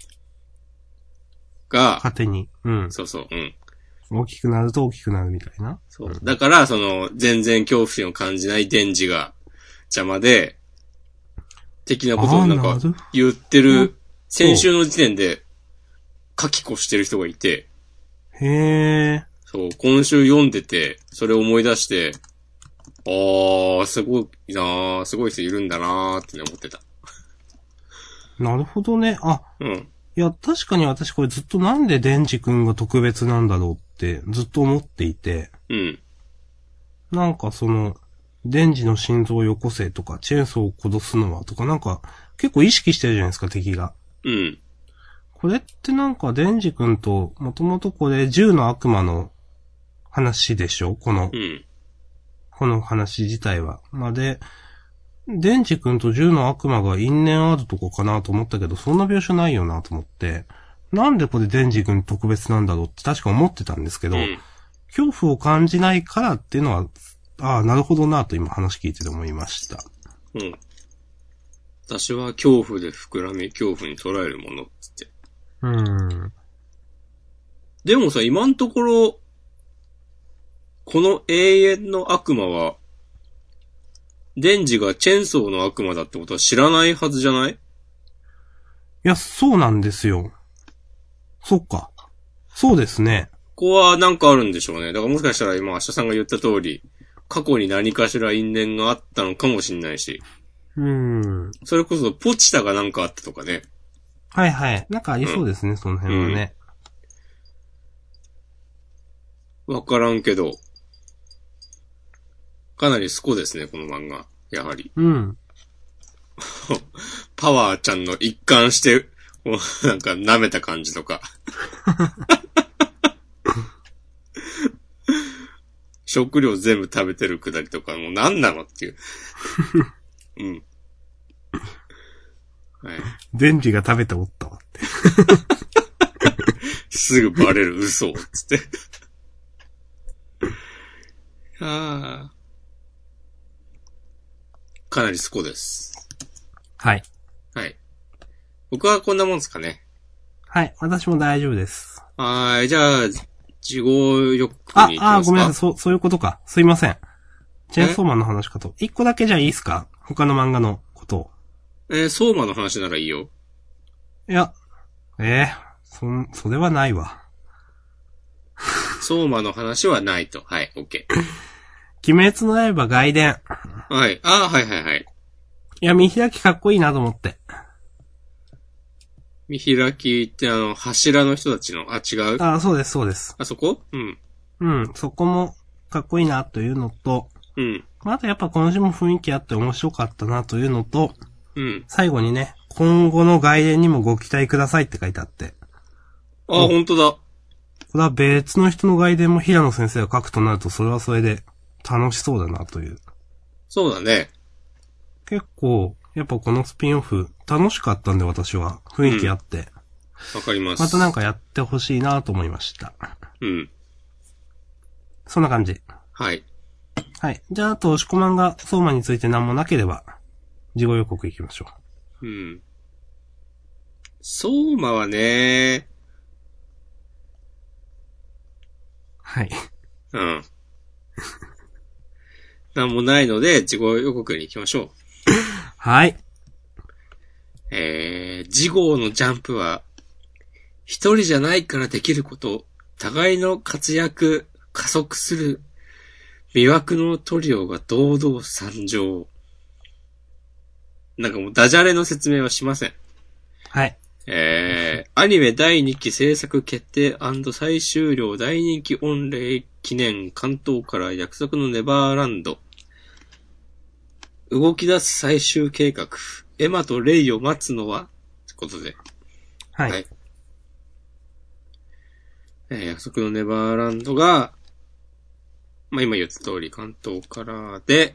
が、 勝手に。うん。 そうそう、うん。 大きくなると大きくなるみたいな。 そう。だから、その、全然恐怖心を感じないデンジが邪魔で、的なことをなんか言ってる、先週の時点で書き越してる人がいて、 へー。 そう、今週読んでて、それを思い出して、すごいなー、すごい人いるんだなーって思ってた。 なるほどね。あ、 うん。 いや、確かに私これずっとなんでデンジ君が特別なんだろうってずっと思っていて。 うん。 なんかその、デンジの心臓をよこせとか、チェーンソーを殺すのはとかなんか、結構意識してるじゃないですか、敵が。 うん。 これってなんかデンジ君と、もともとこれ銃の悪魔の話でしょこの、この話自体は。まあ、で、デンジ君と銃の悪魔が因縁あるとこかなと思ったけど、そんな描写ないよなと思って、なんでこれデンジ君特別なんだろうって確か思ってたんですけど、恐怖を感じないからっていうのは、なるほどなと今話聞いてて思いました。 うん。私は恐怖で膨らみ、恐怖に捉えるものっつって。でもさ、今のところ、この永遠の悪魔は、デンジがチェンソーの悪魔だってことは知らないはずじゃない？いや、そうなんですよ。そっか。そうですね。 ここはなんかあるんでしょうね。だからもしかしたら今、明日さんが言った通り、過去に何かしら因縁があったのかもしれないし。それこそ、ポチタがなんかあったとかね。 はいはい。なんかありそうですね、その辺はね。 わからんけど、かなりスコですね、この漫画。やはり。パワーちゃんの一貫して、なんか舐めた感じとか。食料全部食べてるくだりとか、もう何なのっていう。 はい。デンジが食べておったわって。 すぐバレる嘘を、つって。かなりスコです。 はい。 はい。僕はこんなもんですかね。 はい。私も大丈夫です。 じゃあ、事後欲に行きますか。 ごめんなさい。そういうことか。すいません。チェーンソーマンの話かと。一個だけじゃいいですか？他の漫画のことを。 ソーマの話ならいいよ。 いや、それはないわ。 ソーマの話はないと。はい、オッケー。 鬼滅の刃外伝。 はい。はいはいはい。 いや、見開きかっこいいなと思って。 見開きって柱の人たちの、違う？ そうです、そうです。 そこ？ そこもかっこいいなというのと、あとやっぱ今週も雰囲気あって面白かったなというのと、最後にね、今後の外伝にもご期待くださいって書いてあって。 本当だ。 これは別の人の外伝も平野先生が書くとなると、それはそれで楽しそうだなという。 そうだね。 結構、やっぱこのスピンオフ、楽しかったんで私は。雰囲気あって。 わかります。 またなんかやってほしいなと思いました。そんな感じ。 はい。 はい。じゃあ、あと、押し込まんが相馬について何もなければ、事後予告行きましょう。 うん。相馬はね、 はい。 うん。なんもないので、事後予告に行きましょう。 はい。 次号のジャンプは、一人じゃないからできること、互いの活躍、加速する、魅惑のトリオが堂々参上。なんかもうダジャレの説明はしません。 はい。 アニメ第2期制作決定&最終了大人気御礼記念関東から約束のネバーランド。動き出す最終計画。エマとレイを待つのはってことで。 はい。 約束のネバーランドが、まあ、今言った通り関東からで、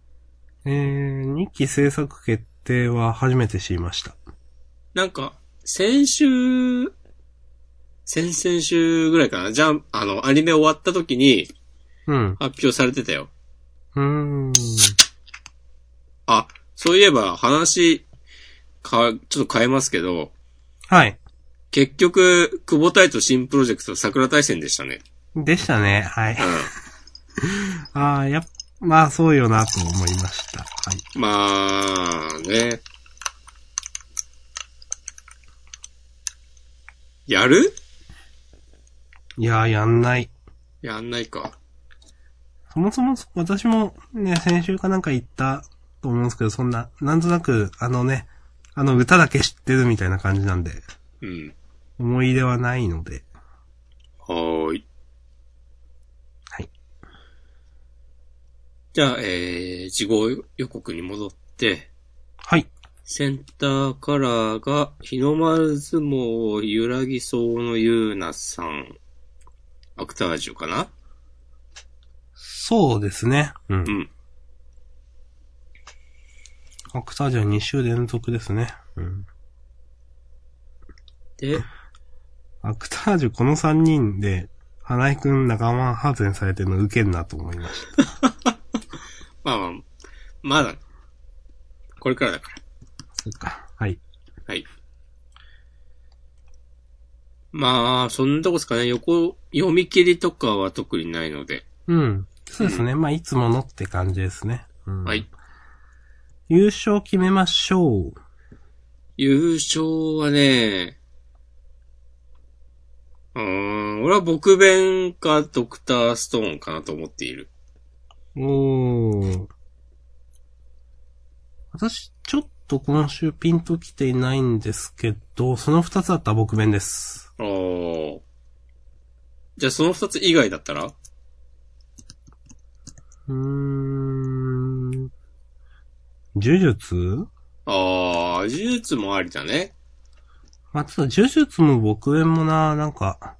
2期制作決定は初めて知りました。 なんか、先々週ぐらいかな。じゃあ、アニメ終わった時に、発表されてたよ。あ、そういえば話、ちょっと変えますけど。 はい。 結局、久保太と新プロジェクト桜大戦でしたね。 でしたね。はい。まあそうよなと思いました。はい。 まあ、ね。やる？ いや、やんない。 やんないか。 そもそも私もね、先週かなんか言ったと思うんですけど、そんな、なんとなく、歌だけ知ってるみたいな感じなんで。 うん。 思い出はないので。 はーい。 はい。 じゃあ、事後予告に戻って、 はい。 センターカラーが、日の丸相撲揺らぎそうのゆうなさん。アクタージュかな？ そうですね。うん。 うん。 アクタージュは2週連続ですね。うん。 で、 アクタージュこの3人で、花井くん仲間外れされてるのウケんなと思いました。 まあ、まだ、これからだから。 そっか。はい。 はい。まあ、そんなとこですかね。読み切りとかは特にないので。 うん。そうですね。まあ、いつものって感じですね。うん、 はい。 優勝決めましょう。 優勝はね、俺は僕弁かドクターストーンかなと思っている。 私、ちょっと今週ピンと来ていないんですけど、その2つだったら僕弁です。 じゃあその2つ以外だったら？ 呪術？ 呪術もありだね。 まあ、ちょっと呪術も僕弁もなんか、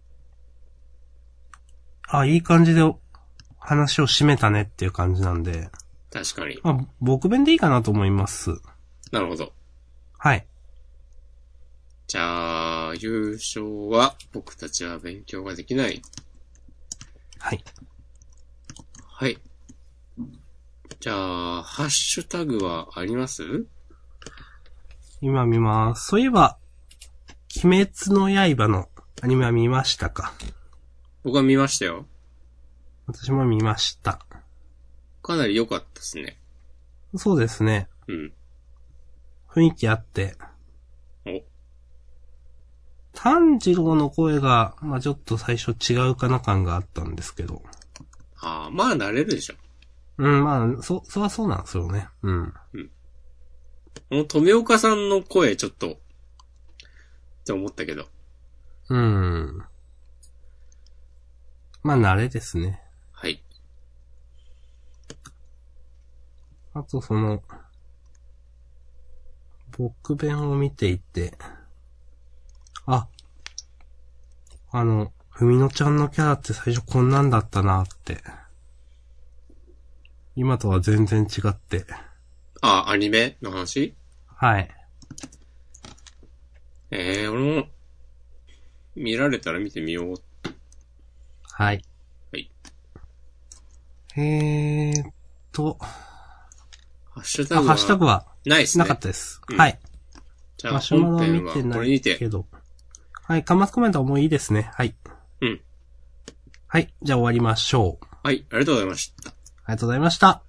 いい感じで話を締めたねっていう感じなんで。 確かに。 まあ、僕弁でいいかなと思います。 なるほど。 はい。 じゃあ、優勝は僕たちは勉強ができない。 はい。 はい。じゃあ、ハッシュタグはあります？ 今見ます。そういえば、鬼滅の刃のアニメは見ましたか？ 僕は見ましたよ。 私も見ました。 かなり良かったですね。 そうですね。 うん。 雰囲気あって。 お。 炭治郎の声が、まあちょっと最初違うかな感があったんですけど。 まあ慣れるでしょ。 うん、まあ、そらそうなんですよね。うん。 この富岡さんの声ちょっと、って思ったけど。 まあ慣れですね。 はい。 あと僕弁を見ていて、ふみのちゃんのキャラって最初こんなんだったなって。今とは全然違って。 アニメの話？ はい。 俺も、見られたら見てみよう。 はい。 はい。 ハッシュタグはないですね。 なかったです。はい。 じゃあ、マシュマロは見てないけど。 はい、端末コメントはもういいですね。はい。 うん。 はい、じゃあ終わりましょう。 はい、ありがとうございました。 ありがとうございました。